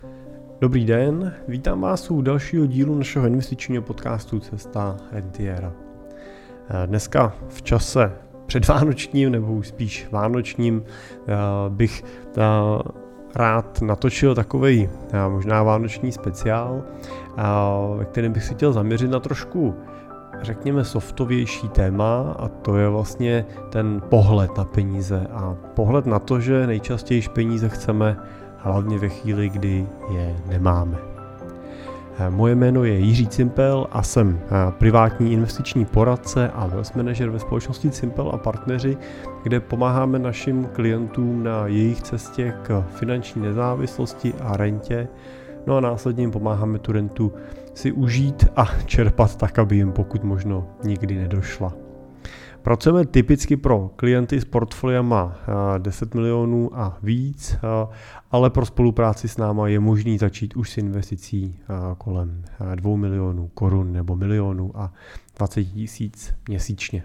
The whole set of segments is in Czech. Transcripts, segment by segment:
Dobrý den, vítám vás u dalšího dílu našeho investičního podcastu Cesta rentiéra. Dneska v čase předvánočním, nebo už spíš vánočním, bych rád natočil takovej možná vánoční speciál, ve kterém bych si chtěl zaměřit na trošku, řekněme, softovější téma, a to je vlastně ten pohled na peníze a pohled na to, že nejčastěji peníze chceme hlavně ve chvíli, kdy je nemáme. Moje jméno je Jiří Cimpel a jsem privátní investiční poradce a wealth manager ve společnosti Cimpel a partneři, kde pomáháme našim klientům na jejich cestě k finanční nezávislosti a rentě, no a následně jim pomáháme tu rentu si užít a čerpat tak, aby jim pokud možno nikdy nedošla. Pracujeme typicky pro klienty s portfoliama 10 milionů a víc, ale pro spolupráci s náma je možný začít už s investicí kolem 2 milionů korun nebo milionu a 20 000 měsíčně.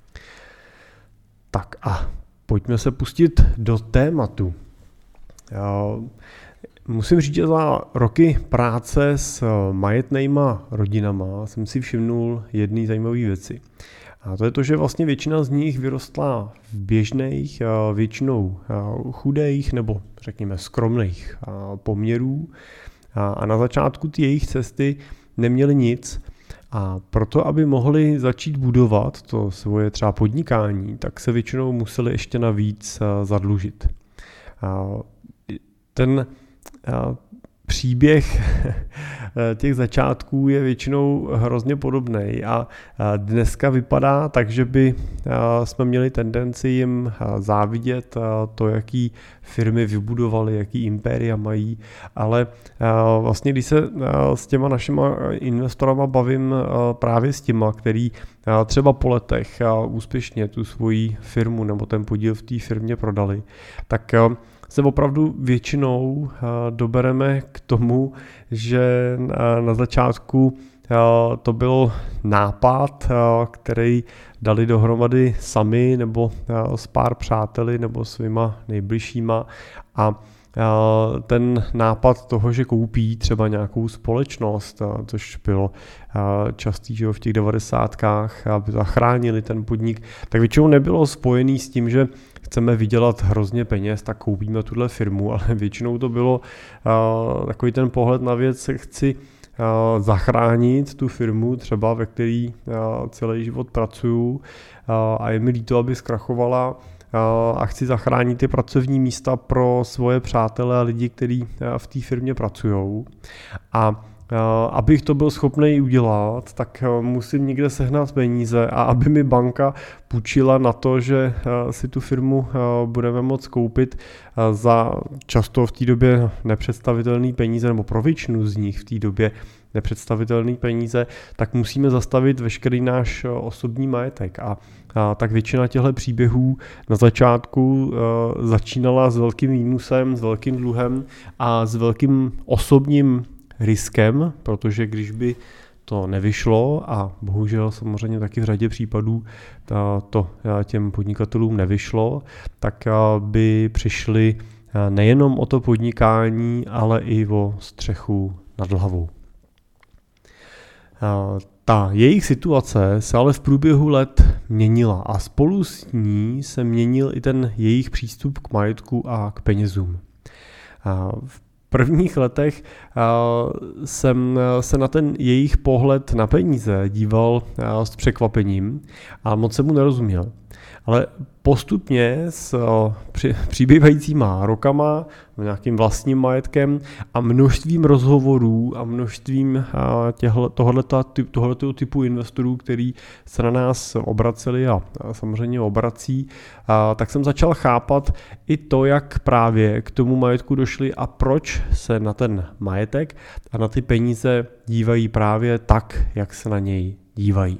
Tak a pojďme se pustit do tématu. Musím říct, že za roky práce s majetnejma rodinama jsem si všimnul jedné zajímavé věci. A to je to, že vlastně většina z nich vyrostla v běžných, většinou chudých nebo řekněme skromných poměrů a na začátku ty jejich cesty neměli nic a proto, aby mohli začít budovat to svoje třeba podnikání, tak se většinou museli ještě navíc zadlužit. Ten příběh těch začátků je většinou hrozně podobný a dneska vypadá tak, že by jsme měli tendenci jim závidět to, jaký firmy vybudovali, jaký impéria mají, ale vlastně když se s těma našima investorama bavím právě s těma, který třeba po letech úspěšně tu svoji firmu nebo ten podíl v té firmě prodali, tak se opravdu většinou dobereme k tomu, že na začátku to byl nápad, který dali dohromady sami nebo s pár přáteli nebo svýma nejbližšíma a ten nápad toho, že koupí třeba nějakou společnost, což bylo častý, že v těch 90kách, aby zachránili ten podnik, tak většinou nebylo spojený s tím, že chceme vydělat hrozně peněz, tak koupíme tuhle firmu, ale většinou to bylo takový ten pohled na věc, chci zachránit tu firmu, třeba ve který celý život pracuju a je mi líto, aby zkrachovala a chci zachránit ty pracovní místa pro svoje přátele a lidi, kteří v té firmě pracují. A abych to byl schopný udělat, tak musím někde sehnat peníze a aby mi banka půjčila na to, že si tu firmu budeme moct koupit za často v té době nepředstavitelné peníze, nebo pro většinu z nich v té době nepředstavitelné peníze, tak musíme zastavit veškerý náš osobní majetek. A tak většina těchto příběhů na začátku začínala s velkým mínusem, s velkým dluhem a s velkým osobním riskem, protože když by to nevyšlo, a bohužel samozřejmě taky v řadě případů to těm podnikatelům nevyšlo, tak by přišli nejenom o to podnikání, ale i o střechu nad hlavou. Ta jejich situace se ale v průběhu let měnila a spolu s ní se měnil i ten jejich přístup k majetku a k penězům. V prvních letech jsem se na ten jejich pohled na peníze díval s překvapením a moc jsem mu nerozuměl. Ale postupně s přibývajícíma rokama, nějakým vlastním majetkem a množstvím rozhovorů a množstvím tohoto typu investorů, který se na nás obraceli a samozřejmě obrací, tak jsem začal chápat i to, jak právě k tomu majetku došli a proč se na ten majetek a na ty peníze dívají právě tak, jak se na něj dívají.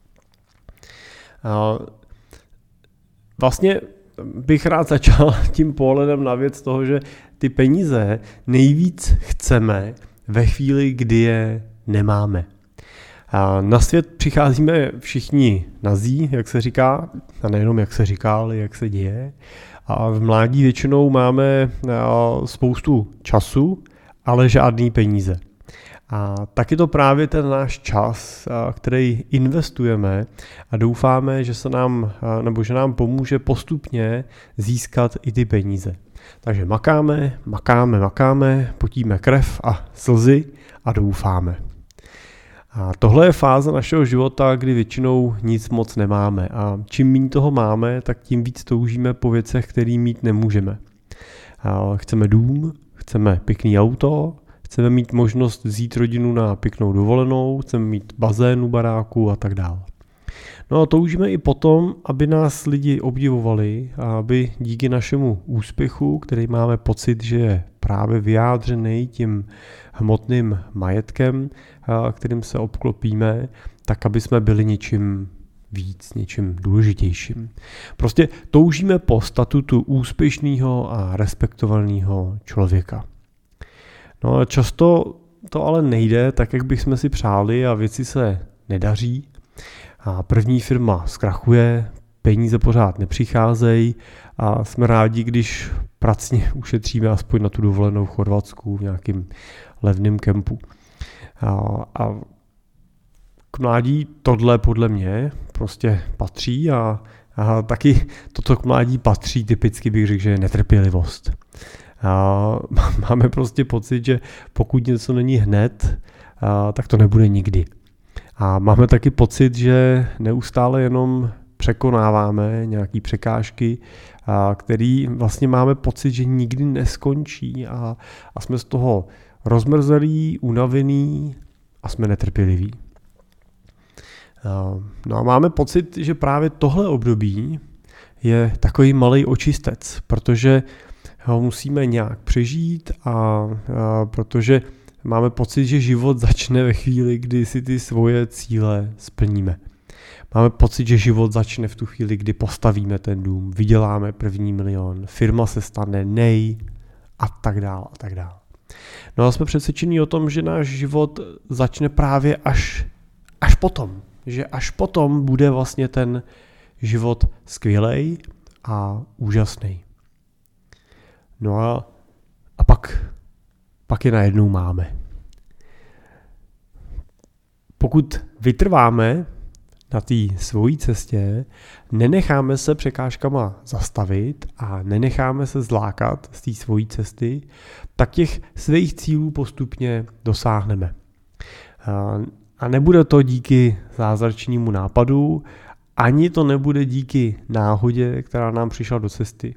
Vlastně bych rád začal tím pohledem na věc toho, že ty peníze nejvíc chceme ve chvíli, kdy je nemáme. Na svět přicházíme všichni nazí, jak se říká, a nejenom jak se říká, ale jak se děje. A v mládí většinou máme spoustu času ale žádný peníze. A tak je to právě ten náš čas, který investujeme a doufáme, že že nám pomůže postupně získat i ty peníze. Takže makáme, potíme krev a slzy a doufáme. A tohle je fáze našeho života, kdy většinou nic moc nemáme a čím méně toho máme, tak tím víc toužíme po věcech, které mít nemůžeme. A chceme dům, chceme pěkný auto, chceme mít možnost vzít rodinu na pěknou dovolenou, chceme mít bazén u baráku a tak dále. No a toužíme i potom, aby nás lidi obdivovali a aby díky našemu úspěchu, který máme pocit, že je právě vyjádřený tím hmotným majetkem, kterým se obklopíme, tak aby jsme byli něčím víc, něčím důležitějším. Prostě toužíme po statutu úspěšného a respektovaného člověka. No a často to ale nejde tak, jak bychom si přáli a věci se nedaří. A první firma zkrachuje, peníze pořád nepřicházejí a jsme rádi, když pracně ušetříme aspoň na tu dovolenou v Chorvatsku v nějakým levným kempu. A k mládí tohle podle mě prostě patří a taky toto k mládí patří, typicky bych řekl, že je netrpělivost. Máme prostě pocit, že pokud něco není hned, tak to nebude nikdy. A máme taky pocit, že neustále jenom překonáváme nějaké překážky, který vlastně máme pocit, že nikdy neskončí a jsme z toho rozmrzelí, unavený a jsme netrpěliví. No a máme pocit, že právě tohle období je takový malej očistec, protože ho musíme nějak přežít a protože máme pocit, že život začne ve chvíli, kdy si ty svoje cíle splníme. Máme pocit, že život začne v tu chvíli, kdy postavíme ten dům, vyděláme první milion, firma se stane a tak dále a tak dále. No a jsme přesvědčení o tom, že náš život začne právě až potom. Že až potom bude vlastně ten život skvělej a úžasný. No a pak je najednou máme. Pokud vytrváme na té svojí cestě, nenecháme se překážkama zastavit a nenecháme se zlákat z té svojí cesty, tak těch svých cílů postupně dosáhneme. A nebude to díky zázračnému nápadu, ani to nebude díky náhodě, která nám přišla do cesty.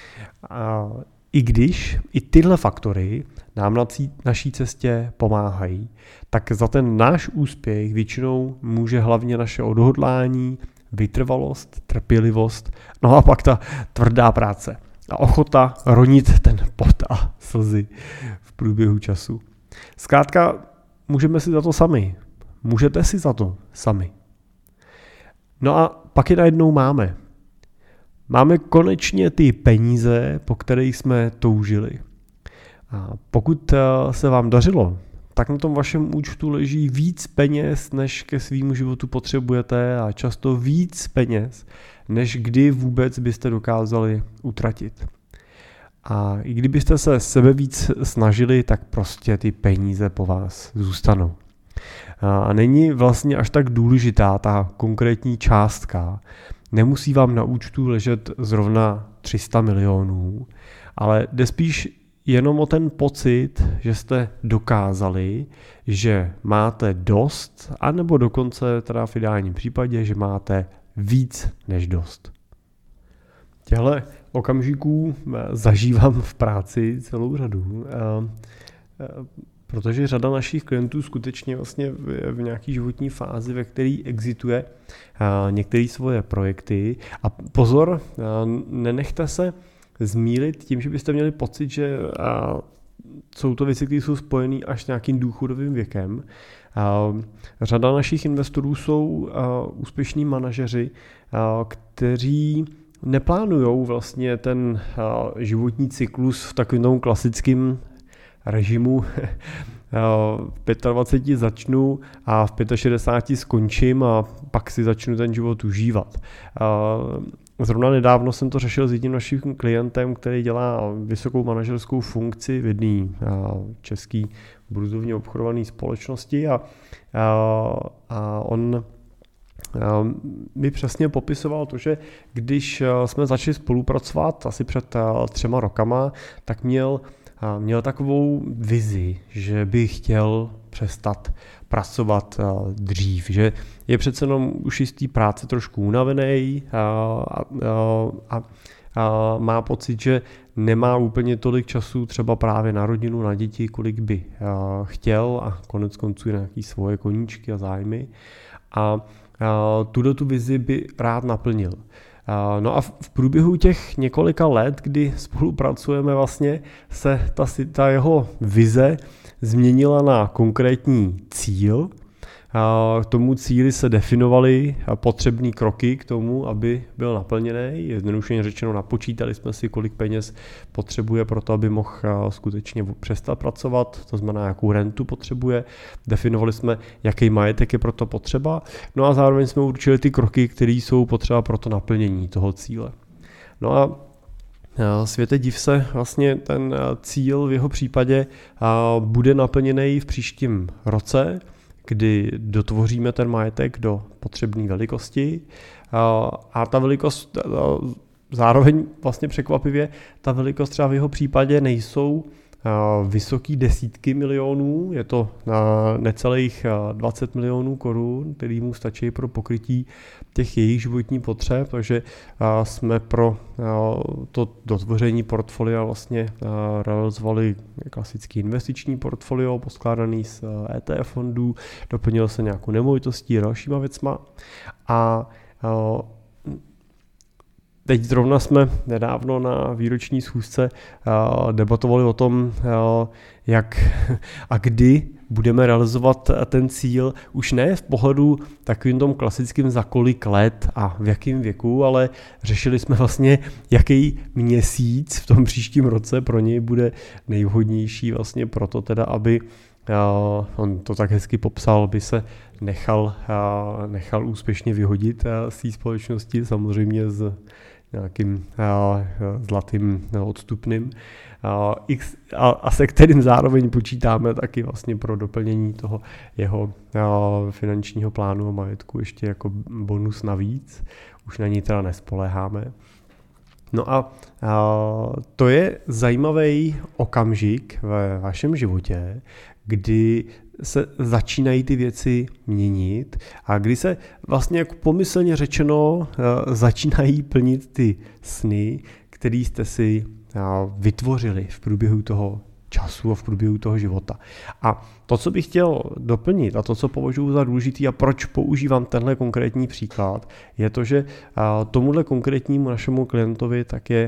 I když i tyhle faktory nám na naší cestě pomáhají, tak za ten náš úspěch většinou může hlavně naše odhodlání, vytrvalost, trpělivost, no a pak ta tvrdá práce a ochota ronit ten pot a slzy v průběhu času. Zkrátka, můžeme si za to sami. Můžete si za to sami. No a pak je najednou máme. Máme konečně ty peníze, po kterých jsme toužili. A pokud se vám dařilo, tak na tom vašem účtu leží víc peněz, než ke svému životu potřebujete a často víc peněz, než kdy vůbec byste dokázali utratit. A i kdybyste se sebe víc snažili, tak prostě ty peníze po vás zůstanou. A není vlastně až tak důležitá ta konkrétní částka. Nemusí vám na účtu ležet zrovna 300 milionů, ale jde spíš jenom o ten pocit, že jste dokázali, že máte dost, anebo dokonce teda v ideálním případě, že máte víc než dost. Těhle okamžiků zažívám v práci celou řadu, protože řada našich klientů skutečně vlastně v nějaké životní fázi, ve které exituje některé svoje projekty. A pozor, nenechte se zmýlit tím, že byste měli pocit, že jsou to věci, které jsou spojené až s nějakým důchodovým věkem. Řada našich investorů jsou úspěšní manažeři, kteří neplánujou vlastně ten životní cyklus v takovém klasickém režimu. V 25 začnu a v 65 skončím a pak si začnu ten život užívat. Zrovna nedávno jsem to řešil s jedním naším klientem, který dělá vysokou manažerskou funkci v jedné české burzovně obchodované společnosti a on mi přesně popisoval to, že když jsme začali spolupracovat asi před 3 rokama, tak měl takovou vizi, že by chtěl přestat pracovat dřív, že je přece jenom už z té práce trošku unavený a má pocit, že nemá úplně tolik času třeba právě na rodinu, na děti, kolik by chtěl a konec konců na nějaké svoje koníčky a zájmy a tu vizi by rád naplnil. No a v průběhu těch několika let, kdy spolupracujeme, vlastně se ta jeho vize změnila na konkrétní cíl. K tomu cíli se definovaly potřebné kroky k tomu, aby byl naplněný. Jednoduše řečeno, napočítali jsme si, kolik peněz potřebuje pro to, aby mohl skutečně přestat pracovat, to znamená, jakou rentu potřebuje. Definovali jsme, jaký majetek je pro to potřeba. No a zároveň jsme určili ty kroky, které jsou potřeba pro to naplnění toho cíle. No a světe div se, vlastně ten cíl v jeho případě bude naplněný v příštím roce, kdy dotvoříme ten majetek do potřebné velikosti a ta velikost zároveň vlastně překvapivě, ta velikost třeba v jeho případě nejsou vysoký desítky milionů, je to necelých 20 milionů korun, který mu stačí pro pokrytí těch jejich životních potřeb, takže jsme pro to dotvoření portfolia vlastně realizovali klasický investiční portfolio poskládaný z ETF fondů, doplnilo se nějakou nemovitostí a dalšíma věcma a teď zrovna jsme nedávno na výroční schůzce debatovali o tom, jak a kdy budeme realizovat ten cíl, už ne v pohledu takovým tom klasickým za kolik let a v jakém věku, ale řešili jsme vlastně, jaký měsíc v tom příštím roce pro něj bude nejvhodnější vlastně proto teda, aby on to tak hezky popsal, by se nechal úspěšně vyhodit z té společnosti, samozřejmě s nějakým zlatým odstupným a se kterým zároveň počítáme taky vlastně pro doplnění toho jeho finančního plánu a majetku ještě jako bonus navíc. Už na ní teda nespoléháme. No a to je zajímavý okamžik ve vašem životě, kdy se začínají ty věci měnit a kdy se vlastně jako pomyslně řečeno začínají plnit ty sny, které jste si vytvořili v průběhu toho času a v průběhu toho života. A to, co bych chtěl doplnit a to, co považuji za důležitý a proč používám tenhle konkrétní příklad, je to, že tomuhle konkrétnímu našemu klientovi tak je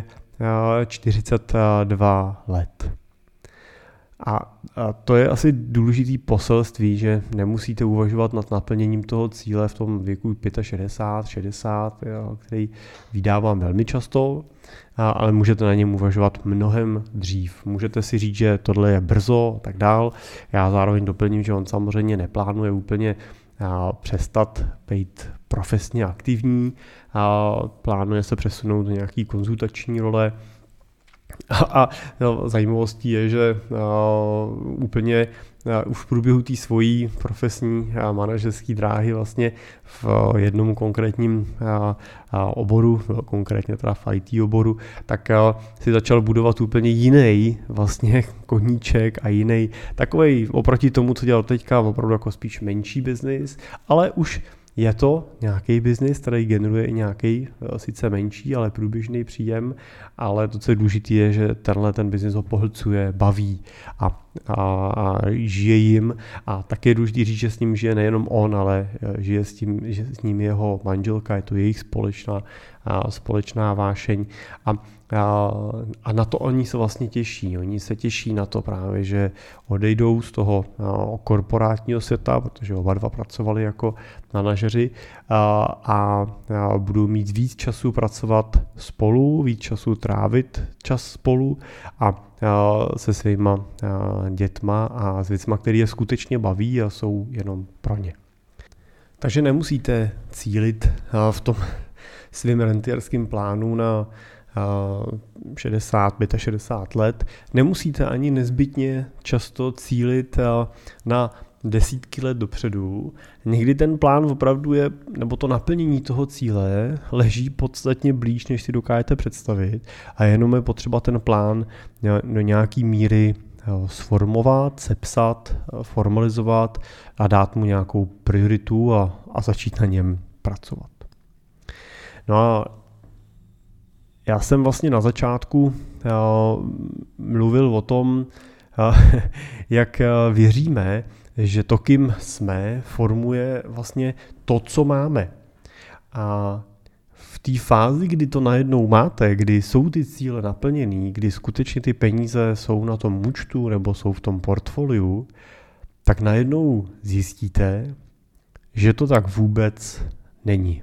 42 let. A to je asi důležitý poselství, že nemusíte uvažovat nad naplněním toho cíle v tom věku 65, 60, který vydávám velmi často, ale můžete na něm uvažovat mnohem dřív. Můžete si říct, že tohle je brzo a tak dál. Já zároveň doplním, že on samozřejmě neplánuje úplně přestat být profesně aktivní, plánuje se přesunout do nějaký konzultační role. A zajímavostí je, že úplně už v průběhu té svojí profesní a manažerské dráhy vlastně v jednom konkrétním oboru, konkrétně teda v IT oboru, tak si začal budovat úplně jiný vlastně koníček a jiný takovej oproti tomu, co dělal teďka, opravdu jako spíš menší biznis, ale už je to nějaký biznis, který generuje i nějaký, sice menší, ale průběžný příjem, ale to, co je důležité, je, že ten biznis ho pohlcuje, baví a žije jim. A také je důležité říct, že s ním žije nejenom on, ale žije s ním jeho manželka, je to jejich společná vášeň. A na to oni se vlastně těší. Oni se těší na to právě, že odejdou z toho korporátního světa, protože oba dva pracovali jako manažeři a budou mít víc času pracovat spolu, víc času trávit čas spolu a se svýma dětma a s věcma, které je skutečně baví a jsou jenom pro ně. Takže nemusíte cílit v tom svým rentierským plánu na 60, 65 let, nemusíte ani nezbytně často cílit na desítky let dopředu. Někdy ten plán opravdu je, nebo to naplnění toho cíle leží podstatně blíž, než si dokážete představit a jenom je potřeba ten plán do nějaký míry sformovat, sepsat, formalizovat a dát mu nějakou prioritu a začít na něm pracovat. No a já jsem vlastně na začátku mluvil o tom, jak věříme, že to, kým jsme, formuje vlastně to, co máme. A v té fázi, kdy to najednou máte, kdy jsou ty cíle naplněný, kdy skutečně ty peníze jsou na tom účtu nebo jsou v tom portfoliu, tak najednou zjistíte, že to tak vůbec není.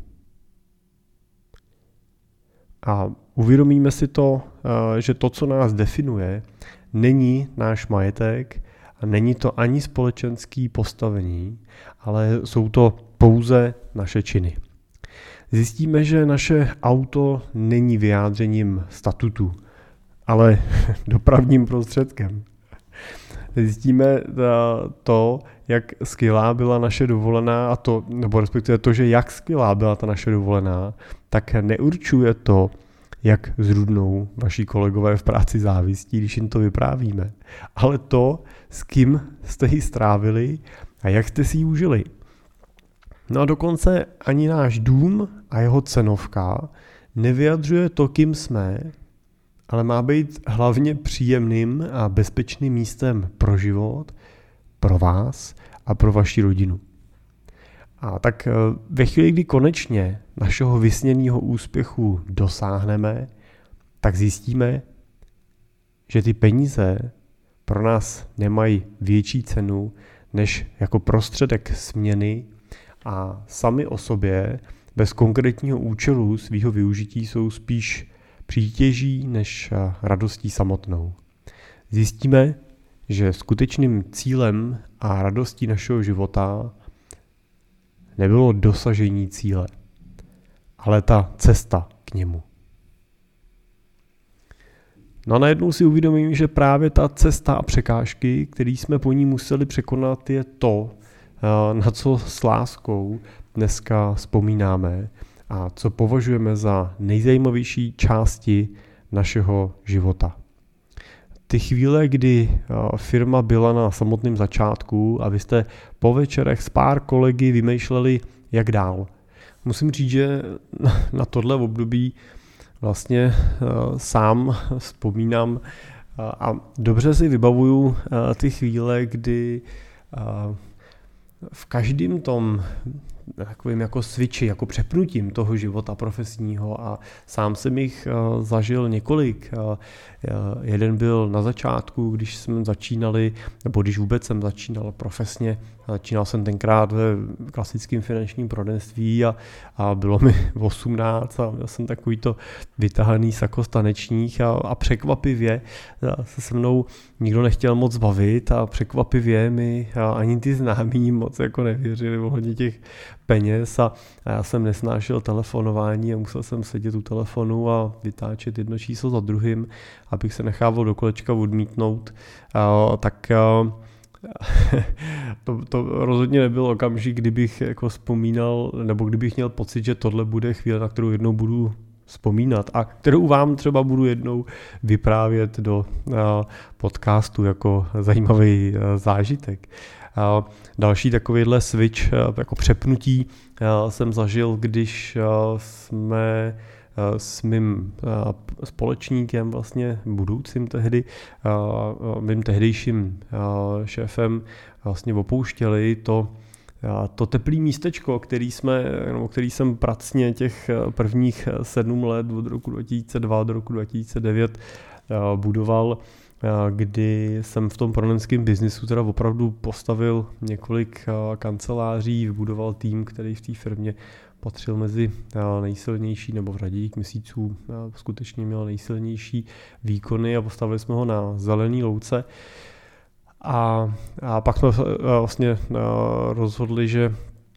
A uvědomíme si to, že to, co nás definuje, není náš majetek a není to ani společenský postavení, ale jsou to pouze naše činy. Zjistíme, že naše auto není vyjádřením statutu, ale dopravním prostředkem. Zjistíme to, jak skvělá byla naše dovolená a to, nebo respektive to, že jak skvělá byla ta naše dovolená, tak neurčuje to, jak zrudnou vaši kolegové v práci závistí, když jim to vyprávíme, ale to, s kým jste ji strávili a jak jste si ji užili. No a dokonce ani náš dům a jeho cenovka nevyjadřuje to, kým jsme, ale má být hlavně příjemným a bezpečným místem pro život, pro vás a pro vaši rodinu. A tak ve chvíli, kdy konečně našeho vysněného úspěchu dosáhneme, tak zjistíme, že ty peníze pro nás nemají větší cenu než jako prostředek směny a sami o sobě bez konkrétního účelu svého využití jsou spíš přítěží než radostí samotnou. Zjistíme, že skutečným cílem a radostí našeho života nebylo dosažení cíle, ale ta cesta k němu. No a najednou si uvědomím, že právě ta cesta a překážky, které jsme po ní museli překonat, je to, na co s láskou dneska vzpomínáme a co považujeme za nejzajímavější části našeho života. Ty chvíle, kdy firma byla na samotném začátku a vy jste po večerech s pár kolegy vymýšleli, jak dál. Musím říct, že na tohle období vlastně sám vzpomínám a dobře si vybavuju ty chvíle, kdy v každém tom takovým jako switchi, jako přepnutím toho života profesního a sám jsem jich zažil několik. Jeden byl na začátku, když jsme začínali, nebo když vůbec jsem začínal profesně. Začínal jsem tenkrát ve klasickém finančním poradenství a bylo mi 18 a měl jsem takovýto vytahaný sako tanečních a překvapivě se mnou nikdo nechtěl moc bavit a překvapivě mi ani ty známí moc jako nevěřili ohledně těch peněz a já jsem nesnášel telefonování a musel jsem sedět u telefonu a vytáčet jedno číslo za druhým, abych se nechával do kolečka odmítnout, tak to rozhodně nebyl okamžik, kdybych jako vzpomínal, nebo kdybych měl pocit, že tohle bude chvíle, na kterou jednou budu vzpomínat a kterou vám třeba budu jednou vyprávět do podcastu jako zajímavý zážitek. Další takovýhle switch, jako přepnutí jsem zažil, když jsme s mým společníkem, vlastně budoucím tehdy, mým tehdejším šéfem vlastně opouštěli to teplý místečko, který jsem pracně těch prvních 7 let od roku 2002 do roku 2009 budoval, kdy jsem v tom poradenském biznisu teda opravdu postavil několik kanceláří, vybudoval tým, který v té firmě patřil mezi nejsilnější, nebo v řadě měsíců skutečně měl nejsilnější výkony a postavili jsme ho na zelený louce. A pak jsme vlastně rozhodli, že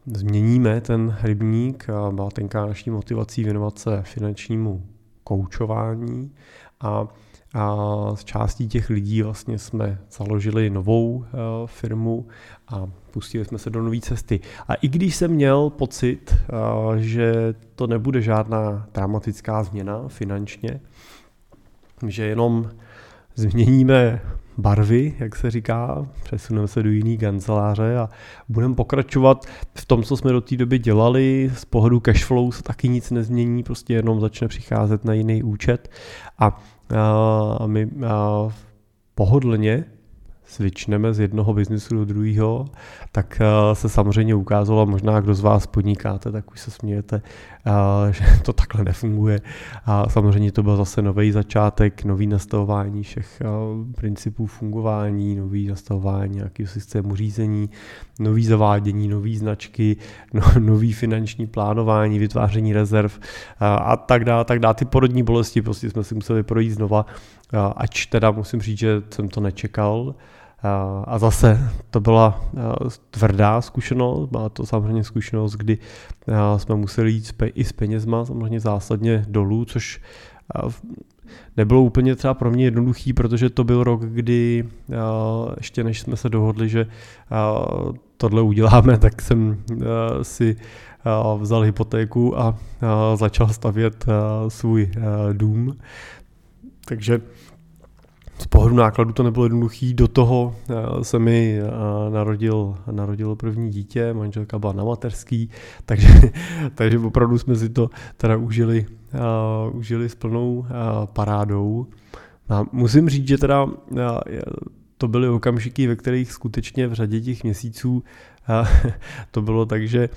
změníme ten rybník. Byla tenká naší motivací věnovat se finančnímu koučování a z částí těch lidí vlastně jsme založili novou firmu a pustili jsme se do nové cesty. A i když jsem měl pocit, že to nebude žádná dramatická změna finančně, že jenom změníme barvy, jak se říká, přesuneme se do jiný kanceláře a budeme pokračovat v tom, co jsme do té doby dělali. Z pohledu cashflow se taky nic nezmění, prostě jenom začne přicházet na jiný účet a my pohodlně switchneme z jednoho biznesu do druhého, tak se samozřejmě ukázalo, možná kdo z vás podnikáte, tak už se smějete, že to takhle nefunguje. A samozřejmě to byl zase nový začátek, nový nastavování všech principů fungování, nový nastavování nějakého systému řízení, nový zavádění, nový značky, nový finanční plánování, vytváření rezerv a tak dále, tak dále. Ty porodní bolesti prostě jsme si museli projít znova, ač teda musím říct, že jsem to nečekal. A zase to byla tvrdá zkušenost, byla to samozřejmě zkušenost, kdy jsme museli jít i s penězma samozřejmě zásadně dolů, což nebylo úplně třeba pro mě jednoduchý, protože to byl rok, kdy ještě než jsme se dohodli, že tohle uděláme, tak jsem si vzal hypotéku a začal stavět svůj dům. Takže z pohledu nákladu to nebylo jednoduchý, do toho se mi narodilo první dítě, manželka byla na mateřský, takže opravdu jsme si to teda užili s plnou parádou. A musím říct, že teda to byly okamžiky, ve kterých skutečně v řadě těch měsíců to bylo tak, že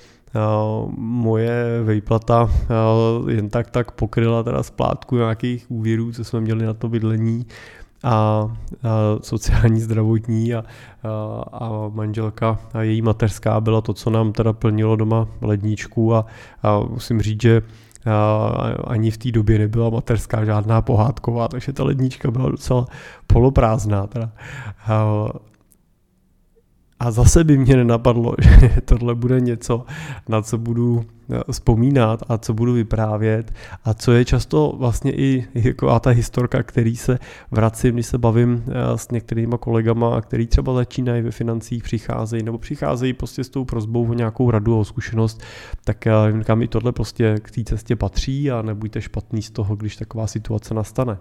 moje výplata jen tak pokryla teda splátku nějakých úvěrů, co jsme měli na to bydlení, a sociální, zdravotní a manželka a její mateřská byla to, co nám teda plnilo doma ledničku a musím říct, že ani v té době nebyla mateřská žádná pohádková, takže ta lednička byla docela poloprázdná. Teda. A zase by mě nenapadlo, že tohle bude něco, na co budu vzpomínat a co budu vyprávět a co je často vlastně i jako ta historka, který se vracím, když se bavím s některýma kolegama, který třeba začínají ve financích, přicházejí prostě s tou prosbou o nějakou radu, o zkušenost, tak říkám, i tohle prostě k té cestě patří a nebuďte špatný z toho, když taková situace nastane.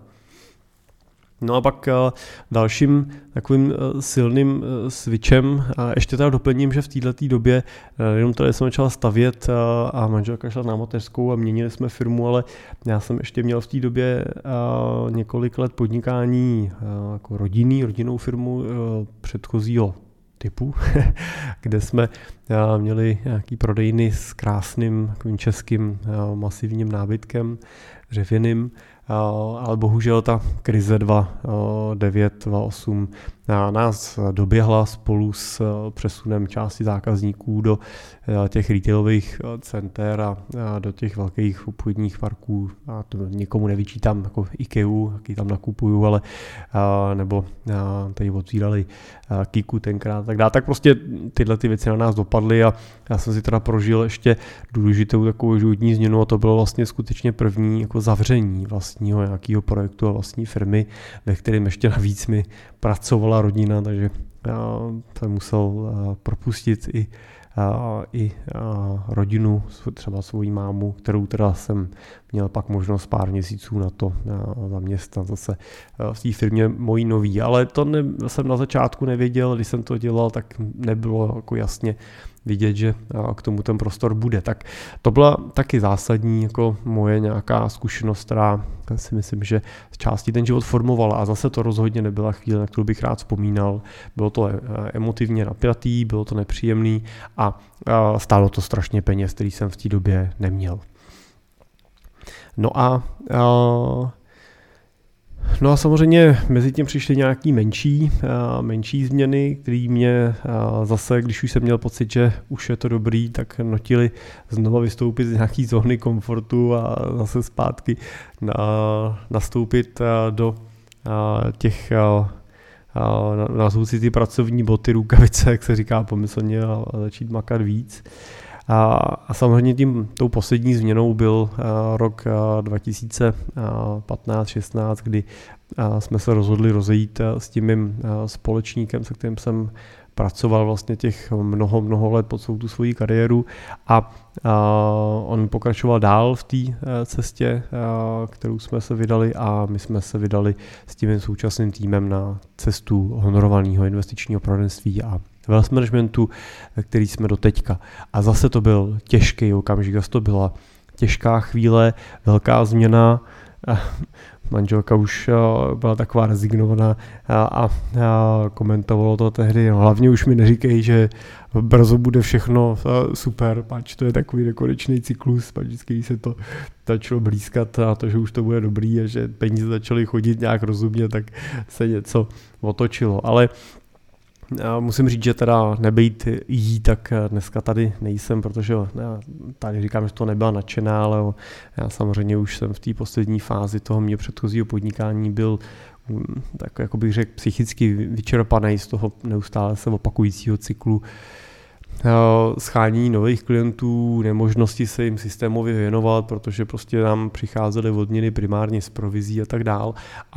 No a pak dalším takovým silným switchem, a ještě teda doplním, že v této době, jenom tady jsem začal stavět a manželka šla na mateřskou a měnili jsme firmu, ale já jsem ještě měl v té době několik let podnikání jako rodinnou firmu předchozího typu, kde jsme měli nějaký prodejny s krásným takovým českým masivním nábytkem, dřevěným, ale bohužel ta krize 2009-2008 nás doběhla spolu s přesunem části zákazníků do těch retailových center a do těch velkých obchodních parků. A to nikomu nevyčítám, jako IKEA, jaký tam nakupuju, ale nebo tady otvírali Kiku tenkrát tak dále. Tak prostě tyhle ty věci na nás dopadly a já jsem si teda prožil ještě důležitou takovou životní změnu a to bylo vlastně skutečně první jako zavření vlastního nějakého projektu a vlastní firmy, ve kterém ještě navíc mi pracovala rodina, takže já jsem musel propustit i rodinu, třeba svoji mámu, kterou teda jsem měl pak možnost pár měsíců na to zaměstnat zase v té firmě mojí nový, ale to jsem na začátku nevěděl, když jsem to dělal, tak nebylo jako jasně vidět, že k tomu ten prostor bude. Tak to byla taky zásadní jako moje nějaká zkušenost, která si myslím, že z části ten život formovala a zase to rozhodně nebyla chvíle, na kterou bych rád vzpomínal. Bylo to emotivně napjatý, bylo to nepříjemný a stálo to strašně peněz, který jsem v té době neměl. No a samozřejmě mezi tím přišly nějaký menší změny, které mě zase, když už jsem měl pocit, že už je to dobrý, tak nutili znova vystoupit z nějaký zóny komfortu a zase zpátky nastoupit do těch nazvu si ty pracovní boty, rukavice, jak se říká pomyslně, a začít makat víc. A samozřejmě tou poslední změnou byl rok 2015-16, kdy jsme se rozhodli rozejít s tím mým společníkem, se kterým jsem pracoval vlastně těch mnoho let po celou tu svoji kariéru a on pokračoval dál v té cestě, kterou jsme se vydali a my jsme se vydali s tím současným týmem na cestu honorovaného investičního poradenství a wealth managementu, který jsme do teďka. A zase to byl těžký okamžik, zase to byla těžká chvíle, velká změna. Manželka už byla taková rezignovaná a komentovalo to tehdy. Hlavně už mi neříkej, že brzo bude všechno super, pač to je takový nekonečný cyklus, pač vždycky se to začalo blízkat a to, že už to bude dobrý a že peníze začaly chodit nějak rozumně, tak se něco otočilo. Ale musím říct, že teda nebejt jí, tak dneska tady nejsem, protože tady říkám, že to nebyla nadšená, ale já samozřejmě už jsem v té poslední fázi toho mého předchozího podnikání byl tak, jako bych řekl, psychicky vyčerpaný z toho neustále se opakujícího cyklu shánění nových klientů, nemožnosti se jim systémově věnovat, protože prostě nám přicházely odměny primárně z provizí a tak dál.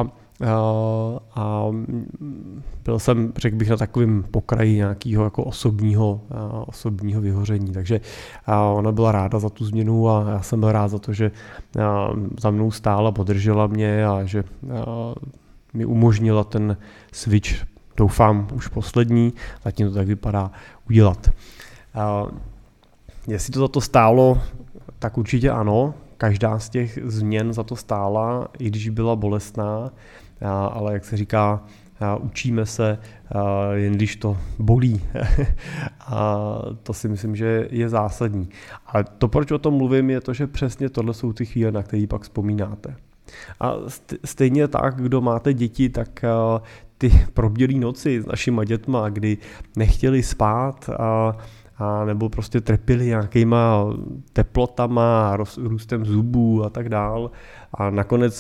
A byl jsem, řekl bych, na takovém pokraji nějakého jako osobního vyhoření. Takže ona byla ráda za tu změnu a já jsem byl rád za to, že za mnou stála, podržela mě a že mi umožnila ten switch, doufám už poslední, zatím to tak vypadá, udělat. Jestli to za to stálo, tak určitě ano. Každá z těch změn za to stála, i když byla bolestná, ale jak se říká, učíme se, jen když to bolí. A to si myslím, že je zásadní. Ale to, proč o tom mluvím, je to, že přesně tohle jsou ty chvíle, na které pak vzpomínáte. A stejně tak, kdo máte děti, tak ty probdělý noci s našima dětma, kdy nechtěli spát a nebo prostě trpěli nějakýma teplotama, růstem zubů a tak dál. A nakonec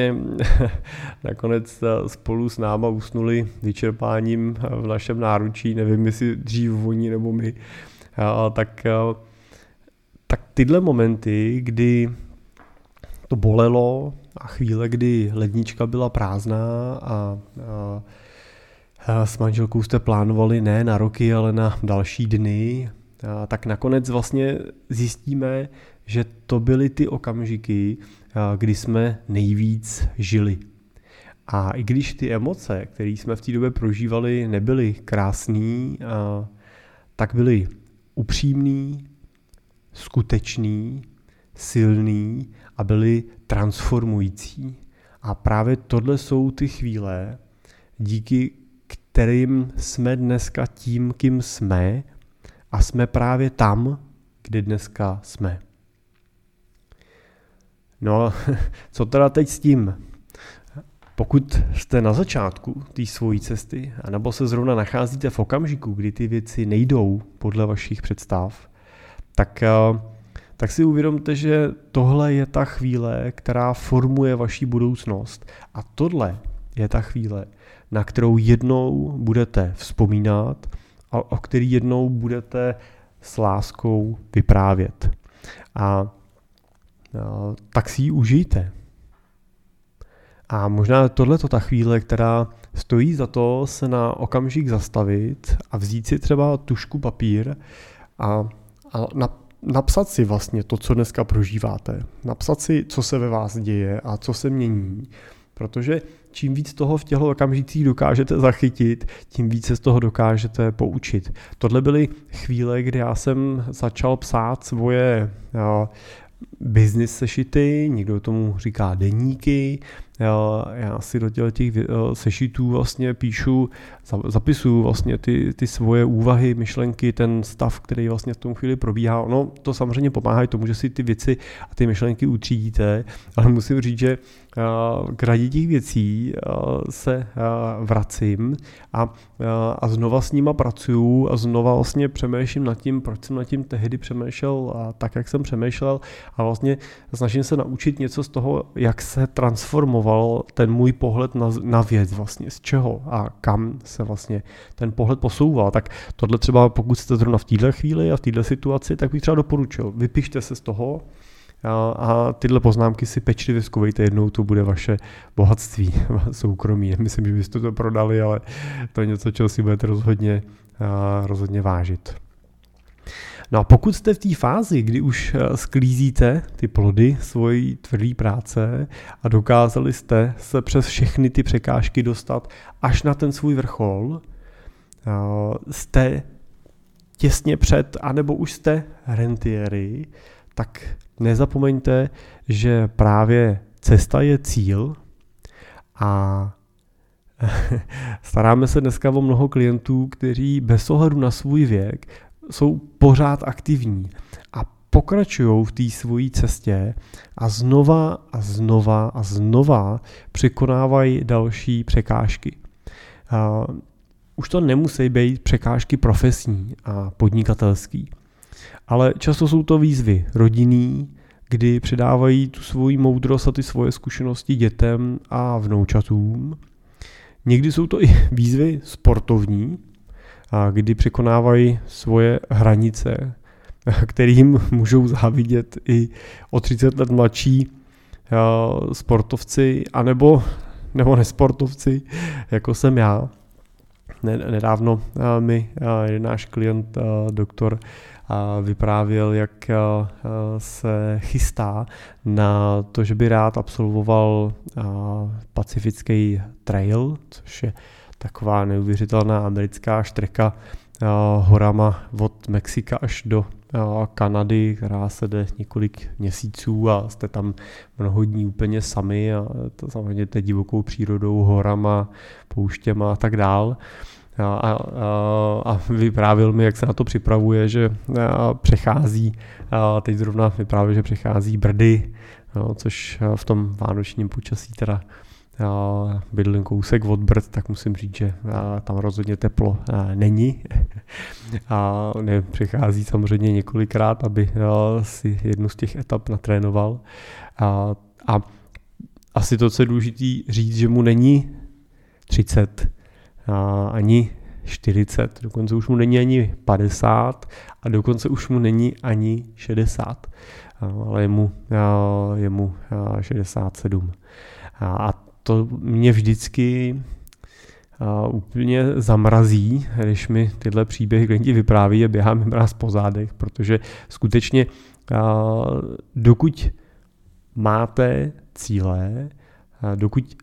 spolu s náma usnuli vyčerpáním v našem náručí, nevím, jestli dřív oni nebo my. Tak tyhle momenty, kdy to bolelo a chvíle, kdy lednička byla prázdná a s manželkou jste plánovali ne na roky, ale na další dny, tak nakonec vlastně zjistíme, že to byly ty okamžiky, kdy jsme nejvíc žili. A i když ty emoce, které jsme v té době prožívali, nebyly krásný, tak byly upřímný, skutečný, silný a byly transformující. A právě tohle jsou ty chvíle, díky kterým jsme dneska tím, kým jsme, a jsme právě tam, kde dneska jsme. No, co teda teď s tím? Pokud jste na začátku té svojí cesty, anebo se zrovna nacházíte v okamžiku, kdy ty věci nejdou podle vašich představ, tak si uvědomte, že tohle je ta chvíle, která formuje vaši budoucnost. A tohle je ta chvíle, na kterou jednou budete vzpomínat a o který jednou budete s láskou vyprávět. A tak si ji užijte. A možná tohle je ta chvíle, která stojí za to se na okamžik zastavit a vzít si třeba tužku, papír a napsat si vlastně to, co dneska prožíváte. Napsat si, co se ve vás děje a co se mění. Protože čím víc toho v těchto okamžicích dokážete zachytit, tím víc se z toho dokážete poučit. Tohle byly chvíle, kdy já jsem začal psát svoje business sešity, někdo tomu říká deníky. Já si do těch sešitů vlastně zapisuju vlastně ty svoje úvahy, myšlenky, ten stav, který vlastně v tom chvíli probíhá. No, to samozřejmě pomáhá tomu, že si ty věci a ty myšlenky utřídíte, ale musím říct, že k radě těch věcí se vracím a znova s nima pracuju a znova vlastně přemýšlím nad tím, proč jsem nad tím tehdy přemýšlel tak, jak jsem přemýšlel a vlastně snažím se naučit něco z toho, jak se transformoval ten můj pohled na věc vlastně, z čeho a kam se vlastně ten pohled posouval. Tak tohle třeba, pokud jste zrovna v této chvíli a v této situaci, tak bych třeba doporučil, vypište se z toho, a tyhle poznámky si pečlivě zkovejte, jednou to bude vaše bohatství soukromí. Nemyslím, že byste to prodali, ale to je něco, čeho si budete rozhodně vážit. No a pokud jste v té fázi, kdy už sklízíte ty plody svojí tvrdé práce a dokázali jste se přes všechny ty překážky dostat až na ten svůj vrchol, jste těsně před, anebo už jste rentiéry, tak nezapomeňte, že právě cesta je cíl a staráme se dneska o mnoho klientů, kteří bez ohledu na svůj věk jsou pořád aktivní a pokračují v té svojí cestě a znova překonávají další překážky. Už to nemusí být překážky profesní a podnikatelský, ale často jsou to výzvy rodinný, kdy předávají tu svoji moudrost a ty svoje zkušenosti dětem a vnoučatům. Někdy jsou to i výzvy sportovní, kdy překonávají svoje hranice, kterým můžou závidět i o 30 let mladší sportovci, anebo nesportovci, jako jsem já. Nedávno mi jeden náš klient, doktor, vyprávěl, jak se chystá na to, že by rád absolvoval Pacifický trail, což je taková neuvěřitelná americká štreka horama od Mexika až do Kanady, která se jde několik měsíců a jste tam mnoho dní úplně sami a to samozřejmě divokou přírodou, horama, pouštěma a tak dál. A vyprávěl mi, jak se na to připravuje, že přechází, teď zrovna vyprávěl, že přechází Brdy, což v tom vánočním počasí teda bydlím kousek od Brd, tak musím říct, že tam rozhodně teplo není. A přechází samozřejmě několikrát, aby si jednu z těch etap natrénoval. A asi to, co je důležité říct, že mu není 30, ani 40, dokonce už mu není ani 50 a dokonce už mu není ani 60, ale je mu 67. A to mě vždycky úplně zamrazí, když mi tyhle příběhy klienti vypráví a běhám jim ráz po zádech, protože skutečně dokud máte cíle, dokud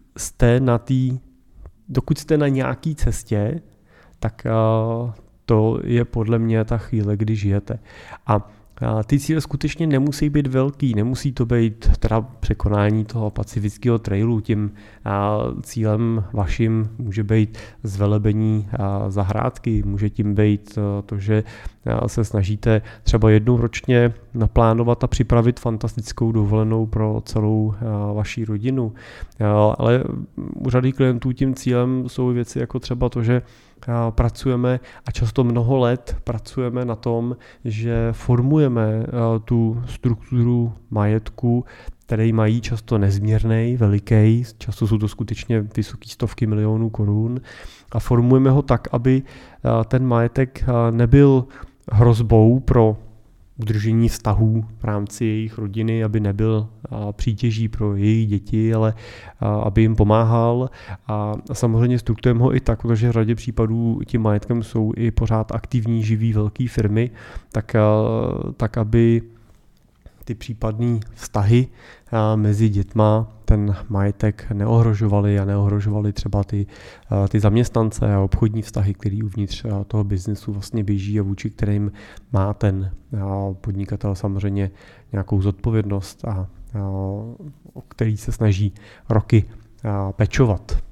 jste na nějaký cestě, tak to je podle mě ta chvíle, kdy žijete. A ty cíle skutečně nemusí být velký, nemusí to být teda překonání toho pacifického trailu, tím cílem vaším může být zvelebení zahrádky, může tím být to, že se snažíte třeba jednou ročně naplánovat a připravit fantastickou dovolenou pro celou vaši rodinu. Ale u řady klientů tím cílem jsou věci jako třeba to, že pracujeme a často mnoho let pracujeme na tom, že formujeme tu strukturu majetku, který mají často nezměrný, veliký, často jsou to skutečně vysoké stovky milionů korun a formujeme ho tak, aby ten majetek nebyl hrozbou pro udržení vztahů v rámci jejich rodiny, aby nebyl přítěží pro jejich děti, ale aby jim pomáhal a samozřejmě strukturujeme ho i tak, protože v řadě případů tím majetkem jsou i pořád aktivní, živí velké firmy, tak aby ty případné vztahy mezi dětma ten majetek neohrožovaly a neohrožovaly třeba ty zaměstnance a obchodní vztahy, který uvnitř toho biznesu vlastně běží a vůči kterým má ten podnikatel samozřejmě nějakou zodpovědnost a o který se snaží roky pečovat.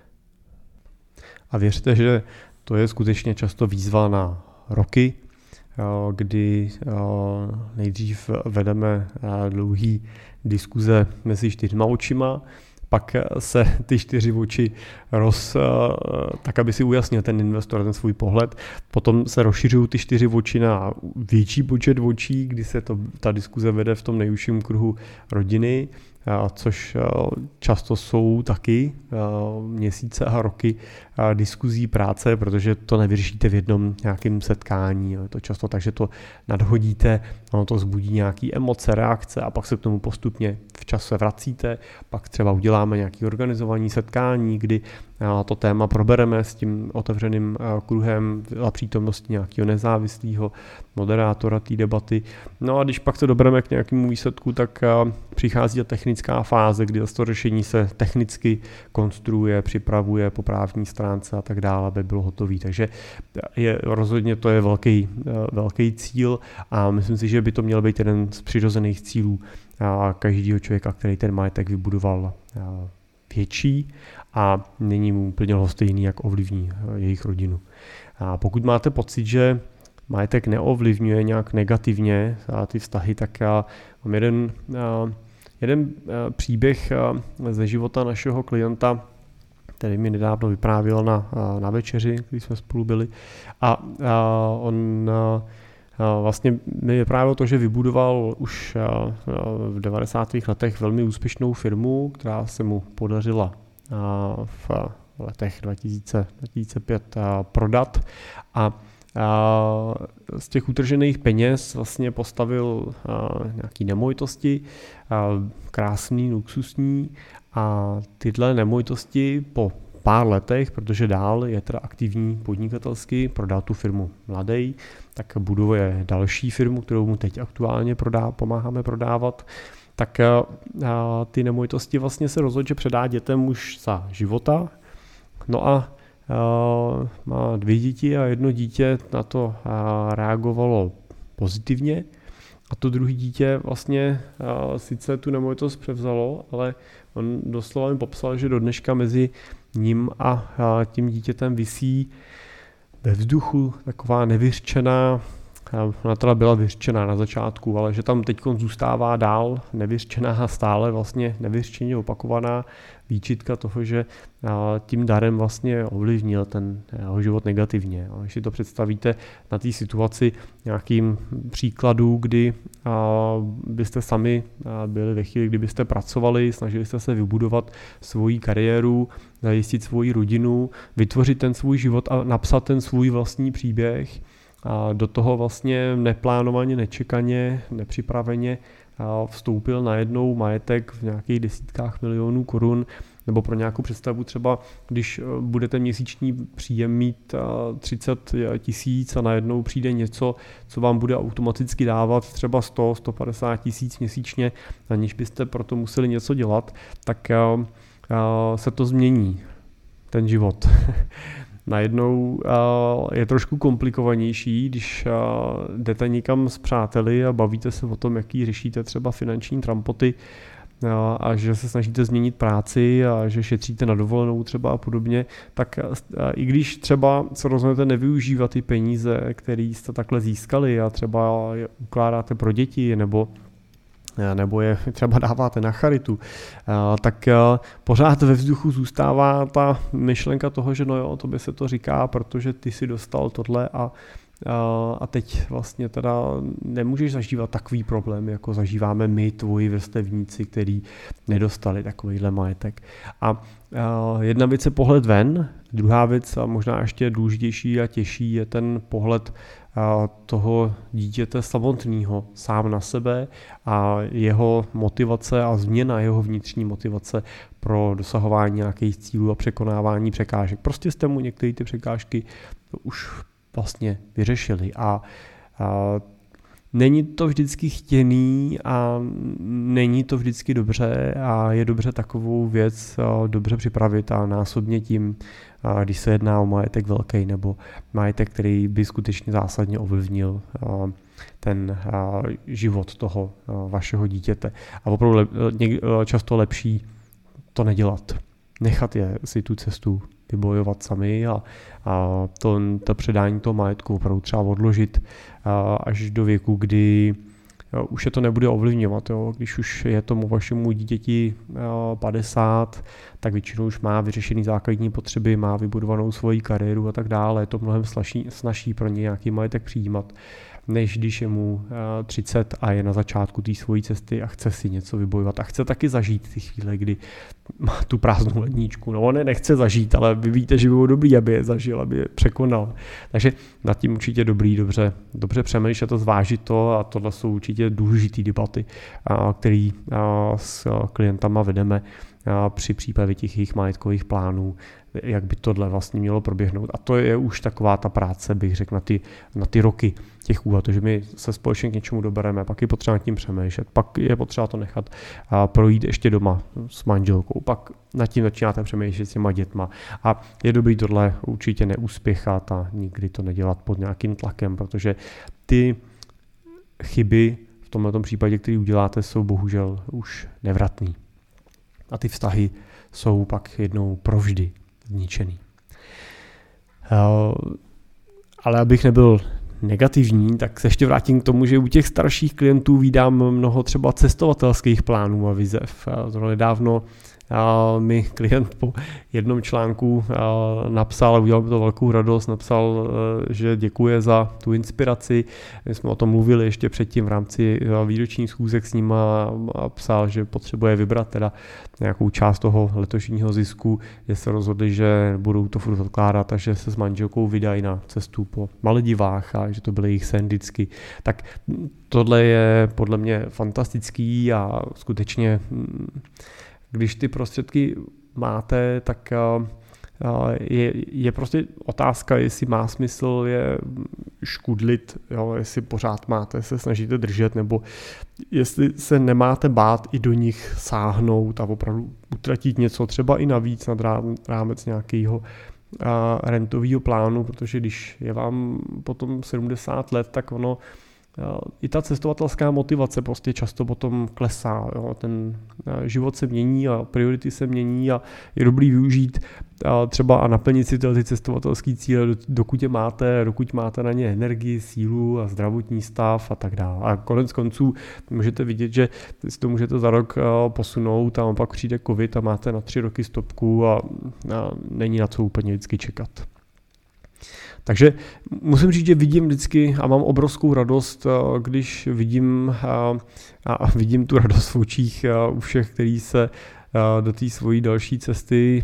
A věřte, že to je skutečně často výzva na roky, kdy nejdřív vedeme dlouhý diskuze mezi 4 očima, pak se ty 4 oči tak, aby si ujasnil ten investor ten svůj pohled. Potom se rozšiřují ty 4 oči na větší počet očí, kdy se ta diskuze vede v tom nejužším kruhu rodiny, což často jsou taky měsíce a roky diskuzí práce, protože to nevyřešíte v jednom nějakém setkání. Je to často tak, že to nadhodíte, ono to vzbudí nějaké emoce, reakce a pak se k tomu postupně v čase vracíte, pak třeba uděláme nějaké organizované setkání, kdy to téma probereme s tím otevřeným kruhem a přítomností nějakého nezávislého moderátora té debaty. No a když pak se dobereme k nějakému výsledku, tak přichází ta technická fáze, kdy to řešení se technicky konstruuje, připravuje po právní stránce a tak dále, aby bylo hotový. Takže rozhodně to je velký cíl a myslím si, že by to měl být jeden z přirozených cílů každého člověka, který ten majetek vybudoval větší a není mu úplně lhostejný, jak ovlivní jejich rodinu. A pokud máte pocit, že majetek neovlivňuje nějak negativně ty vztahy, tak mám jeden příběh ze života našeho klienta, který mi nedávno vyprávěl na večeři, když jsme spolu byli. A on vlastně mi vyprávěl to, že vybudoval už v 90. letech velmi úspěšnou firmu, která se mu podařila v letech 2005 prodat a z těch utržených peněz vlastně postavil nějaký nemovitosti, krásný, luxusní a tyhle nemovitosti po pár letech, protože dál je teda aktivní podnikatelsky, prodal tu firmu mladej, tak buduje další firmu, kterou mu teď aktuálně pomáháme prodávat, tak ty nemovitosti vlastně se rozhodl, že předá dětem už za života. No a má 2 děti a 1 dítě na to reagovalo pozitivně a to druhé dítě vlastně sice tu nemovitost převzalo, ale on doslova mi popsal, že do dneška mezi ním a tím dítětem visí ve vzduchu taková nevyřčená, ona teda byla vyřčená na začátku, ale že tam teď zůstává dál nevyřčená a stále vlastně nevyřčeně opakovaná výčitka toho, že tím darem vlastně ovlivnil ten jeho život negativně. A když si to představíte na té situaci nějakým příkladu, kdy byste sami byli ve chvíli, kdybyste pracovali, snažili jste se vybudovat svoji kariéru, zajistit svoji rodinu, vytvořit ten svůj život a napsat ten svůj vlastní příběh, a do toho vlastně neplánovaně, nečekaně, nepřipraveně vstoupil najednou majetek v nějakých desítkách milionů korun, nebo pro nějakou představu třeba, když budete měsíční příjem mít 30 000 a najednou přijde něco, co vám bude automaticky dávat třeba 100-150 tisíc měsíčně, aniž byste proto museli něco dělat, tak se to změní, ten život. Najednou je trošku komplikovanější, když jdete někam s přáteli a bavíte se o tom, jaký řešíte třeba finanční trampoty a že se snažíte změnit práci a že šetříte na dovolenou třeba a podobně, tak i když třeba se rozhodnete nevyužívat ty peníze, které jste takhle získali a třeba je ukládáte pro děti nebo je třeba dáváte na charitu, tak pořád ve vzduchu zůstává ta myšlenka toho, že no jo, tobě se to říká, protože ty si dostal tohle a teď vlastně teda nemůžeš zažívat takový problém, jako zažíváme my, tvoji vrstevníci, který nedostali takovýhle majetek. A jedna věc je pohled ven, druhá věc a možná ještě důležitější a těžší je ten pohled toho dítěte samotného sám na sebe a jeho motivace a změna jeho vnitřní motivace pro dosahování nějakých cílů a překonávání překážek. Prostě jste mu některé ty překážky už vlastně vyřešili a není to vždycky chtěný a není to vždycky dobře a je dobře takovou věc dobře připravit a násobně tím, když se jedná o majetek velký nebo majetek, který by skutečně zásadně ovlivnil ten život toho vašeho dítěte. A opravdu často lepší to nedělat. Nechat je si tu cestu vybojovat sami a to předání toho majetku opravdu třeba odložit až do věku, kdy už je to nebude ovlivňovat. Jo. Když už je tomu vašemu dítěti 50, tak většinou už má vyřešený základní potřeby, má vybudovanou svoji kariéru a tak dále. Je to mnohem snazší pro ně nějaký majetek přijímat, než když je mu 30 a je na začátku té svojí cesty a chce si něco vybojovat a chce taky zažít ty chvíle, kdy má tu prázdnou ledničku. No on je nechce zažít, ale vy víte, že by bylo dobrý, aby je zažil, aby je překonal. Takže nad tím určitě dobrý, dobře přemýšlet a zvážit to a tohle jsou určitě důležité debaty, které s klientama vedeme při přípravě těch jejich majetkových plánů, jak by tohle vlastně mělo proběhnout. A to je už taková ta práce, bych řekl, na ty roky těch úvah, že my se společně k něčemu dobereme, pak je potřeba nad tím přemýšlet, pak je potřeba to nechat projít ještě doma s manželkou, pak nad tím začínáte přemýšlet s těma dětma a je dobrý tohle určitě neuspěchat a nikdy to nedělat pod nějakým tlakem, protože ty chyby v tomto případě, které uděláte, jsou bohužel už nevratný. A ty vztahy jsou pak jednou provždy zničený. Ale abych nebyl negativní, tak se ještě vrátím k tomu, že u těch starších klientů vídám mnoho třeba cestovatelských plánů a vizev. Nedávno mi klient po jednom článku napsal, udělal mi to velkou radost, napsal, že děkuje za tu inspiraci. My jsme o tom mluvili ještě předtím v rámci výročních schůzek s ním a psal, že potřebuje vybrat teda nějakou část toho letošního zisku, že se rozhodli, že budou to furt odkládat a že se s manželkou vydají na cestu po Maledivách a že to byl jejich sen vždycky. Tak tohle je podle mě fantastický a skutečně když ty prostředky máte, tak je prostě otázka, jestli má smysl je škudlit, jo, jestli pořád máte se snažíte držet, nebo jestli se nemáte bát i do nich sáhnout a opravdu utratit něco, třeba i navíc nad rámec nějakého rentového plánu, protože když je vám potom 70 let, tak ono i ta cestovatelská motivace prostě často potom klesá. Jo. Ten život se mění a priority se mění a je dobrý využít třeba a naplnit si ty cestovatelské cíle, dokud máte na ně energii, sílu a zdravotní stav a tak dále. A konec konců můžete vidět, že si to můžete za rok posunout a pak přijde covid a máte na 3 roky stopku a není na co úplně vždycky čekat. Takže musím říct, že vidím vždycky a mám obrovskou radost, když vidím tu radost v očích u všech, kteří se do té svojí další cesty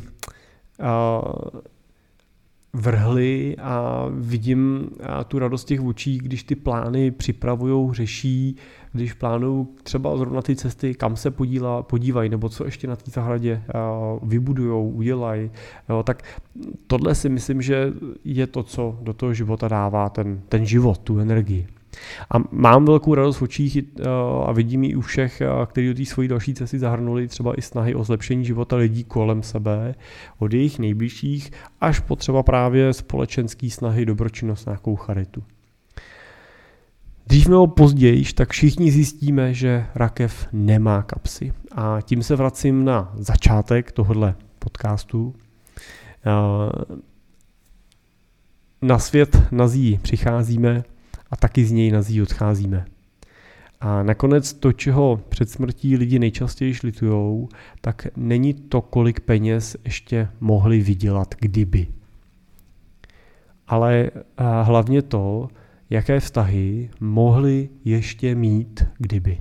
vrhli a vidím tu radost těch očí, když ty plány připravujou, řeší, když plánují třeba zrovna ty cesty, kam se podívají, nebo co ještě na té zahradě vybudujou, udělají. Tak tohle si myslím, že je to, co do toho života dává ten život, tu energii. A mám velkou radost v očích a vidím ji u všech, kteří do té svojí další cesty zahrnuli třeba i snahy o zlepšení života lidí kolem sebe, od jejich nejbližších, až po třeba právě společenský snahy, dobročinnost, nějakou charitu. Dřív nebo později, tak všichni zjistíme, že rakev nemá kapsy. A tím se vracím na začátek tohohle podcastu. Na svět nazí přicházíme a taky z něj nazí odcházíme. A nakonec to, čeho před smrtí lidi nejčastěji litujou, tak není to, kolik peněz ještě mohli vydělat, kdyby. Ale hlavně to, jaké vztahy mohli ještě mít, kdyby.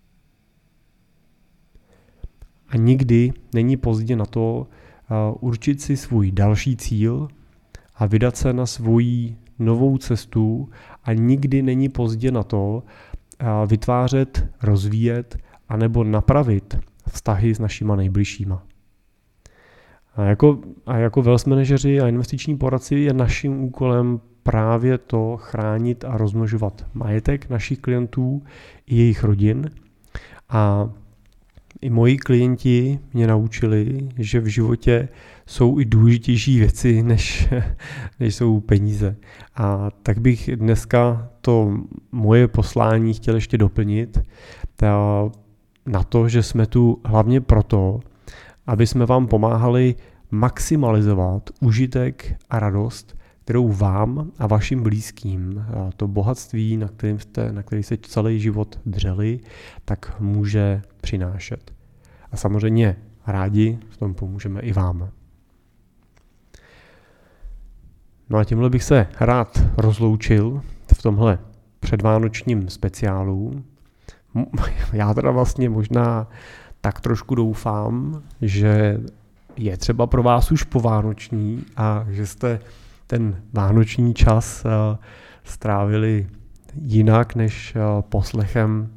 A nikdy není pozdě na to určit si svůj další cíl a vydat se na svoji novou cestu a nikdy není pozdě na to vytvářet, rozvíjet anebo napravit vztahy s našima nejbližšíma. A jako wealth manažeři a investiční poradci je naším úkolem právě to chránit a rozmnožovat majetek našich klientů i jejich rodin. A i moji klienti mě naučili, že v životě jsou i důležitější věci, než jsou peníze. A tak bych dneska to moje poslání chtěl ještě doplnit na to, že jsme tu hlavně proto, aby jsme vám pomáhali maximalizovat užitek a radost, kterou vám a vašim blízkým to bohatství, na který se celý život dřeli, tak může přinášet. A samozřejmě rádi v tom pomůžeme i vám. No a tímhle bych se rád rozloučil v tomhle předvánočním speciálu. Já teda vlastně možná tak trošku doufám, že je třeba pro vás už povánoční a že jste ten vánoční čas strávili jinak než poslechem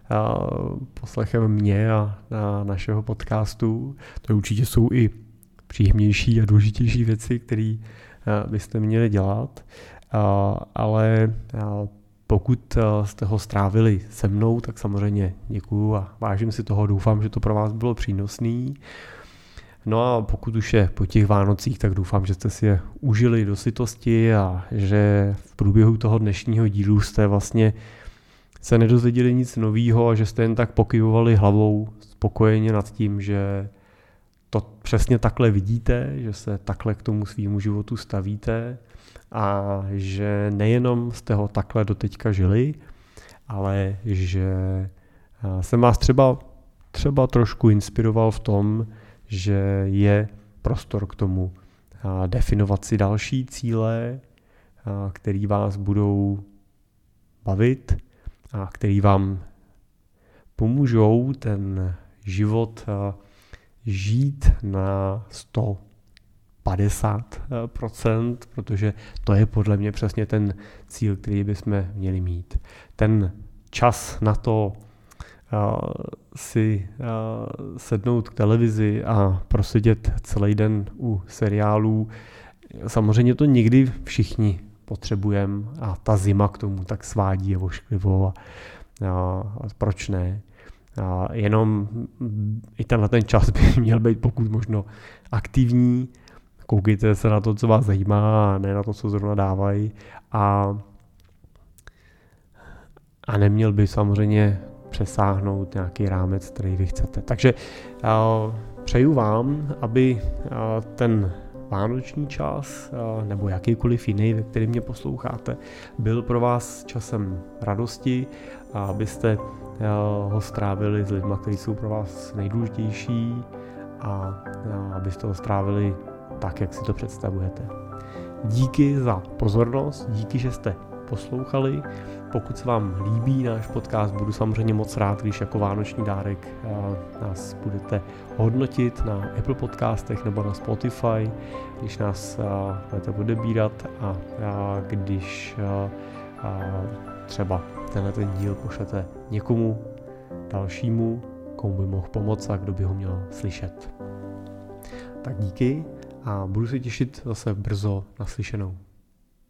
mě a našeho podcastu. To určitě jsou i příjemnější a důležitější věci, které byste měli dělat, ale pokud jste ho strávili se mnou, tak samozřejmě děkuju a vážím si toho, doufám, že to pro vás bylo přínosný. No a pokud už je po těch Vánocích, tak doufám, že jste si je užili do sytosti a že v průběhu toho dnešního dílu jste vlastně se nedozvěděli nic novýho a že jste jen tak pokyvovali hlavou spokojeně nad tím, že to přesně takhle vidíte, že se takhle k tomu svýmu životu stavíte a že nejenom jste ho takhle doteďka žili, ale že jsem vás třeba trošku inspiroval v tom, že je prostor k tomu definovat si další cíle, který vás budou bavit a který vám pomůžou ten život žít na 150%, protože to je podle mě přesně ten cíl, který bychom měli mít. Ten čas na to si sednout k televizi a prosedět celý den u seriálů, samozřejmě to někdy všichni potřebujeme a ta zima k tomu tak svádí a ošklivo a proč ne. Jenom i ten čas by měl být pokud možno aktivní, koukejte se na to, co vás zajímá a ne na to, co zrovna dávají a neměl by samozřejmě přesáhnout nějaký rámec, který vy chcete. Takže přeju vám, aby ten vánoční čas nebo jakýkoliv jiný, ve kterém mě posloucháte, byl pro vás časem radosti a abyste ho strávili s lidmi, kteří jsou pro vás nejdůležitější a abyste ho strávili tak, jak si to představujete. Díky za pozornost, díky, že jste poslouchali. Pokud se vám líbí náš podcast, budu samozřejmě moc rád, když jako vánoční dárek nás budete hodnotit na Apple podcastech nebo na Spotify, když nás budete odebírat a když třeba ten díl pošlete někomu dalšímu, komu by mohl pomoct a kdo by ho měl slyšet. Tak díky a budu se těšit zase brzo naslyšenou.